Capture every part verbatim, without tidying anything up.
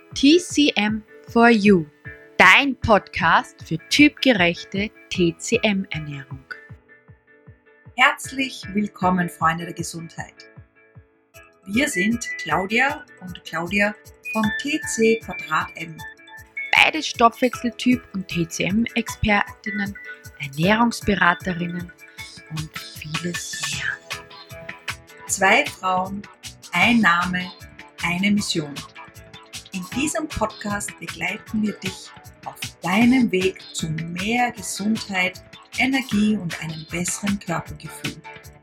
T C M for You, dein Podcast für typgerechte T C M-Ernährung. Herzlich willkommen, Freunde der Gesundheit. Wir sind Claudia und Claudia von T C Quadrat M. Beide Stoffwechseltyp- und T C M-Expertinnen, Ernährungsberaterinnen und vieles mehr. Zwei Frauen, ein Name, eine Mission. In diesem Podcast begleiten wir dich auf deinem Weg zu mehr Gesundheit, Energie und einem besseren Körpergefühl.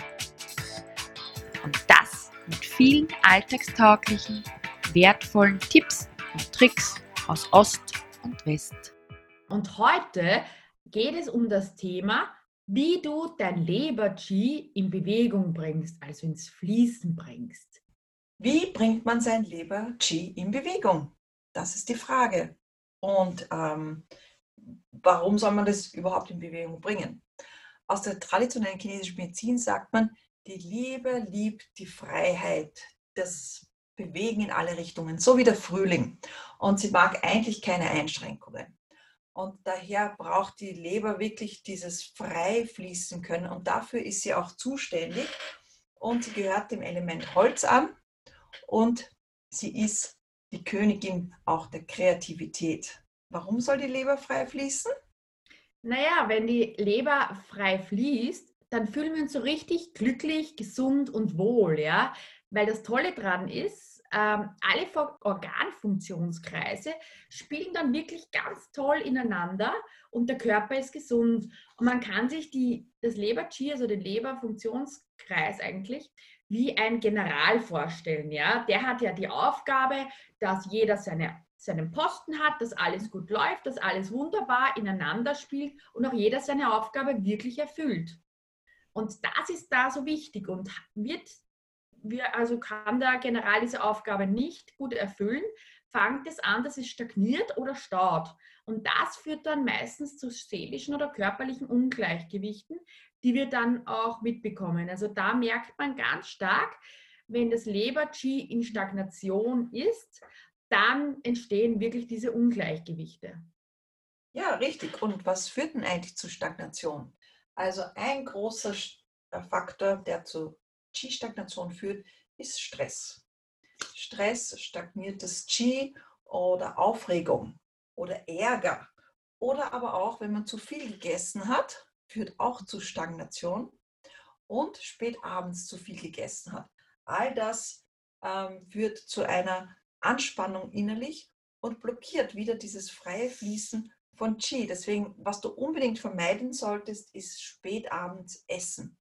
Und das mit vielen alltagstauglichen, wertvollen Tipps und Tricks aus Ost und West. Und heute geht es um das Thema, wie du dein Leber-Qi in Bewegung bringst, also ins Fließen bringst. Wie bringt man sein Leber-Qi in Bewegung? Das ist die Frage. Und ähm, warum soll man das überhaupt in Bewegung bringen? Aus der traditionellen chinesischen Medizin sagt man, die Leber liebt die Freiheit, das Bewegen in alle Richtungen, so wie der Frühling. Und sie mag eigentlich keine Einschränkungen. Und daher braucht die Leber wirklich dieses frei fließen können. Und dafür ist sie auch zuständig. Und sie gehört dem Element Holz an. Und sie ist die Königin auch der Kreativität. Warum soll die Leber frei fließen? Naja, wenn die Leber frei fließt, dann fühlen wir uns so richtig glücklich, gesund und wohl, ja. Weil das Tolle daran ist, ähm, alle Organfunktionskreise spielen dann wirklich ganz toll ineinander und der Körper ist gesund. Und man kann sich die, das Leber-Qi, also den Leberfunktionskreis eigentlich, wie ein General vorstellen, ja. Der hat ja die Aufgabe, dass jeder seine seinen Posten hat, dass alles gut läuft, dass alles wunderbar ineinander spielt und auch jeder seine Aufgabe wirklich erfüllt. Und das ist da so wichtig und wird, wir, also kann der General diese Aufgabe nicht gut erfüllen, fängt es an, dass es stagniert oder staut. Und das führt dann meistens zu seelischen oder körperlichen Ungleichgewichten, die wir dann auch mitbekommen. Also da merkt man ganz stark, wenn das Leber-Qi in Stagnation ist, dann entstehen wirklich diese Ungleichgewichte. Ja, richtig. Und was führt denn eigentlich zu Stagnation? Also ein großer Faktor, der zu Qi-Stagnation führt, ist Stress. Stress stagniert das Qi oder Aufregung oder Ärger. Oder aber auch, wenn man zu viel gegessen hat, führt auch zu Stagnation und spät abends zu viel gegessen hat. All das ähm, führt zu einer Anspannung innerlich und blockiert wieder dieses freie Fließen von Qi. Deswegen, was du unbedingt vermeiden solltest, ist spätabends essen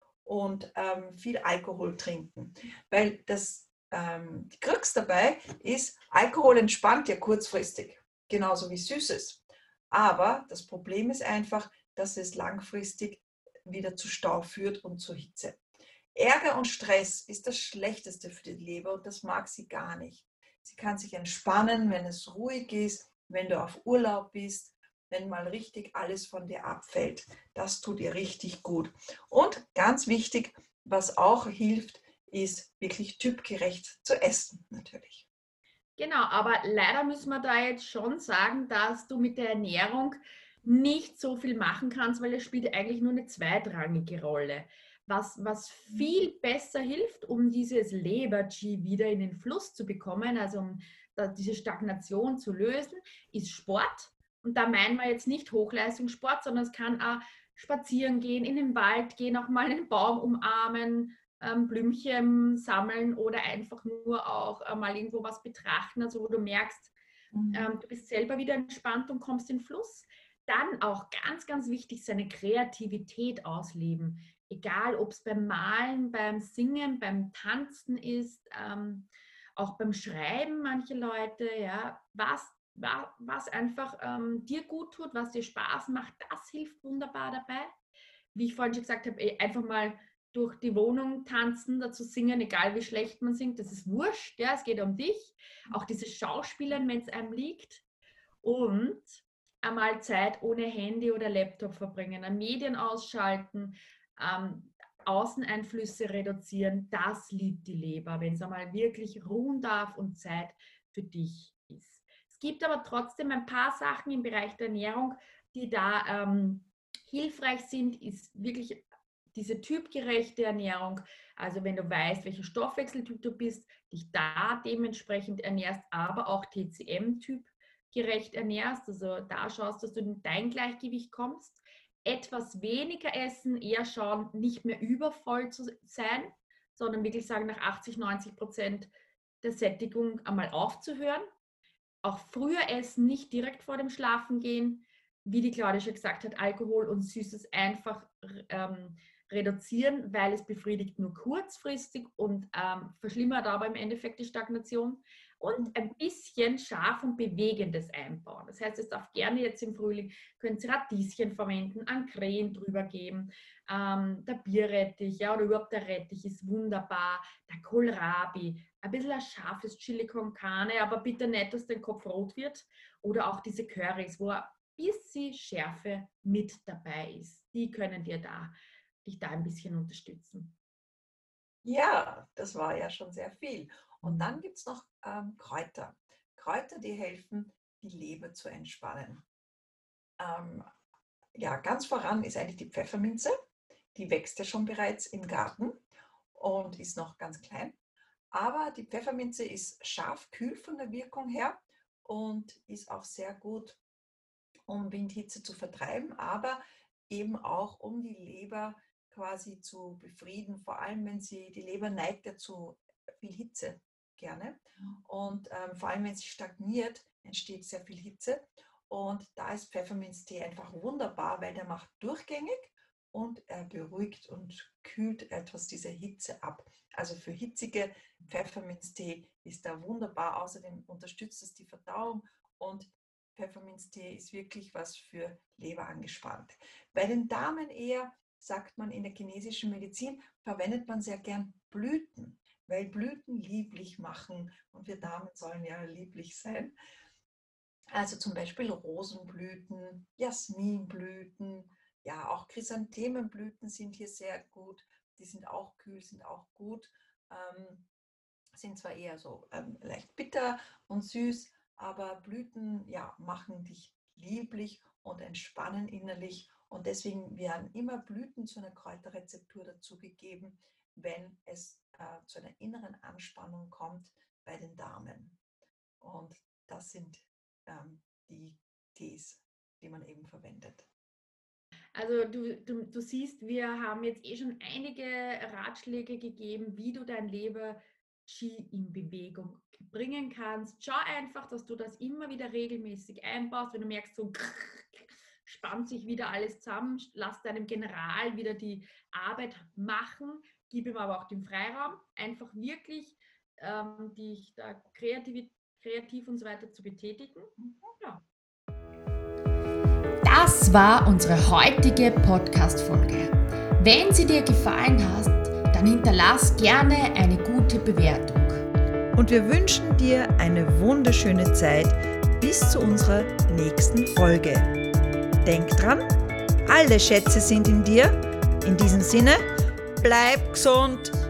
und ähm, viel Alkohol trinken. Weil das, ähm, die Krux dabei ist, Alkohol entspannt ja kurzfristig, genauso wie Süßes. Aber das Problem ist einfach, dass es langfristig wieder zu Stau führt und zu Hitze. Ärger und Stress ist das Schlechteste für die Leber und das mag sie gar nicht. Sie kann sich entspannen, wenn es ruhig ist, wenn du auf Urlaub bist, wenn mal richtig alles von dir abfällt. Das tut ihr richtig gut. Und ganz wichtig, was auch hilft, ist wirklich typgerecht zu essen, natürlich. Genau, aber leider müssen wir da jetzt schon sagen, dass du mit der Ernährung nicht so viel machen kannst, weil es spielt eigentlich nur eine zweitrangige Rolle. Was, was viel besser hilft, um dieses Leber-Qi wieder in den Fluss zu bekommen, also um da, diese Stagnation zu lösen, ist Sport. Und da meinen wir jetzt nicht Hochleistungssport, sondern es kann auch spazieren gehen, in den Wald gehen, auch mal einen Baum umarmen, ähm, Blümchen sammeln oder einfach nur auch äh, mal irgendwo was betrachten, also wo du merkst, ähm, du bist selber wieder entspannt und kommst in den Fluss. Dann auch ganz, ganz wichtig, seine Kreativität ausleben. Egal, ob es beim Malen, beim Singen, beim Tanzen ist, ähm, auch beim Schreiben manche Leute, ja, was, was, was einfach ähm, dir gut tut, was dir Spaß macht, das hilft wunderbar dabei. Wie ich vorhin schon gesagt habe, einfach mal durch die Wohnung tanzen, dazu singen, egal wie schlecht man singt, das ist wurscht, ja, es geht um dich. Auch dieses Schauspielern, wenn es einem liegt. Und einmal Zeit ohne Handy oder Laptop verbringen, an Medien ausschalten, ähm, Außeneinflüsse reduzieren, das liebt die Leber, wenn es einmal wirklich ruhen darf und Zeit für dich ist. Es gibt aber trotzdem ein paar Sachen im Bereich der Ernährung, die da ähm, hilfreich sind, ist wirklich diese typgerechte Ernährung. Also wenn du weißt, welcher Stoffwechseltyp du bist, dich da dementsprechend ernährst, aber auch T C M-Typ gerecht ernährst, also da schaust, dass du in dein Gleichgewicht kommst, etwas weniger essen, eher schauen, nicht mehr übervoll zu sein, sondern wirklich sagen, nach achtzig, neunzig Prozent der Sättigung einmal aufzuhören. Auch früher essen, nicht direkt vor dem Schlafen gehen, wie die Claudia schon gesagt hat, Alkohol und Süßes einfach ähm, reduzieren, weil es befriedigt nur kurzfristig und ähm, verschlimmert aber im Endeffekt die Stagnation. Und ein bisschen scharf und bewegendes einbauen. Das heißt, es darf gerne jetzt im Frühling, können Sie Radieschen verwenden, an Creme drüber geben, ähm, der Bierrettich, ja, oder überhaupt der Rettich ist wunderbar, der Kohlrabi, ein bisschen ein scharfes Chili con Carne, aber bitte nicht, dass dein Kopf rot wird. Oder auch diese Currys, wo ein bisschen Schärfe mit dabei ist. Die können dir da, dich da ein bisschen unterstützen. Ja, das war ja schon sehr viel. Und dann gibt es noch ähm, Kräuter. Kräuter, die helfen, die Leber zu entspannen. Ähm, ja, ganz voran ist eigentlich die Pfefferminze. Die wächst ja schon bereits im Garten und ist noch ganz klein. Aber die Pfefferminze ist scharf, kühl von der Wirkung her und ist auch sehr gut, um Windhitze zu vertreiben, aber eben auch, um die Leber quasi zu befrieden. Vor allem, wenn sie, die Leber neigt dazu, viel Hitze gerne. Und ähm, vor allem, wenn sie stagniert, entsteht sehr viel Hitze. Und da ist Pfefferminztee einfach wunderbar, weil der macht durchgängig und er beruhigt und kühlt etwas diese Hitze ab. Also für hitzige Pfefferminztee ist er wunderbar. Außerdem unterstützt es die Verdauung und Pfefferminztee ist wirklich was für Leber angespannt. Bei den Damen eher, sagt man in der chinesischen Medizin, verwendet man sehr gern Blüten, weil Blüten lieblich machen und wir Damen sollen ja lieblich sein. Also zum Beispiel Rosenblüten, Jasminblüten, ja auch Chrysanthemenblüten sind hier sehr gut. Die sind auch kühl, sind auch gut, ähm, sind zwar eher so ähm, leicht bitter und süß, aber Blüten ja, machen dich lieblich und entspannen innerlich. Und deswegen werden immer Blüten zu einer Kräuterrezeptur dazugegeben, wenn es äh, zu einer inneren Anspannung kommt bei den Damen. Und das sind ähm, die Tees, die man eben verwendet. Also du, du, du siehst, wir haben jetzt eh schon einige Ratschläge gegeben, wie du dein Leber-Qi in Bewegung bringen kannst. Schau einfach, dass du das immer wieder regelmäßig einbaust. Wenn du merkst, so spannt sich wieder alles zusammen, lass deinem General wieder die Arbeit machen, gib ihm aber auch den Freiraum, einfach wirklich ähm, dich da kreativ, kreativ und so weiter zu betätigen. Ja. Das war unsere heutige Podcast-Folge. Wenn sie dir gefallen hat, dann hinterlass gerne eine gute Bewertung. Und wir wünschen dir eine wunderschöne Zeit bis zu unserer nächsten Folge. Denk dran, alle Schätze sind in dir. In diesem Sinne, bleib gesund!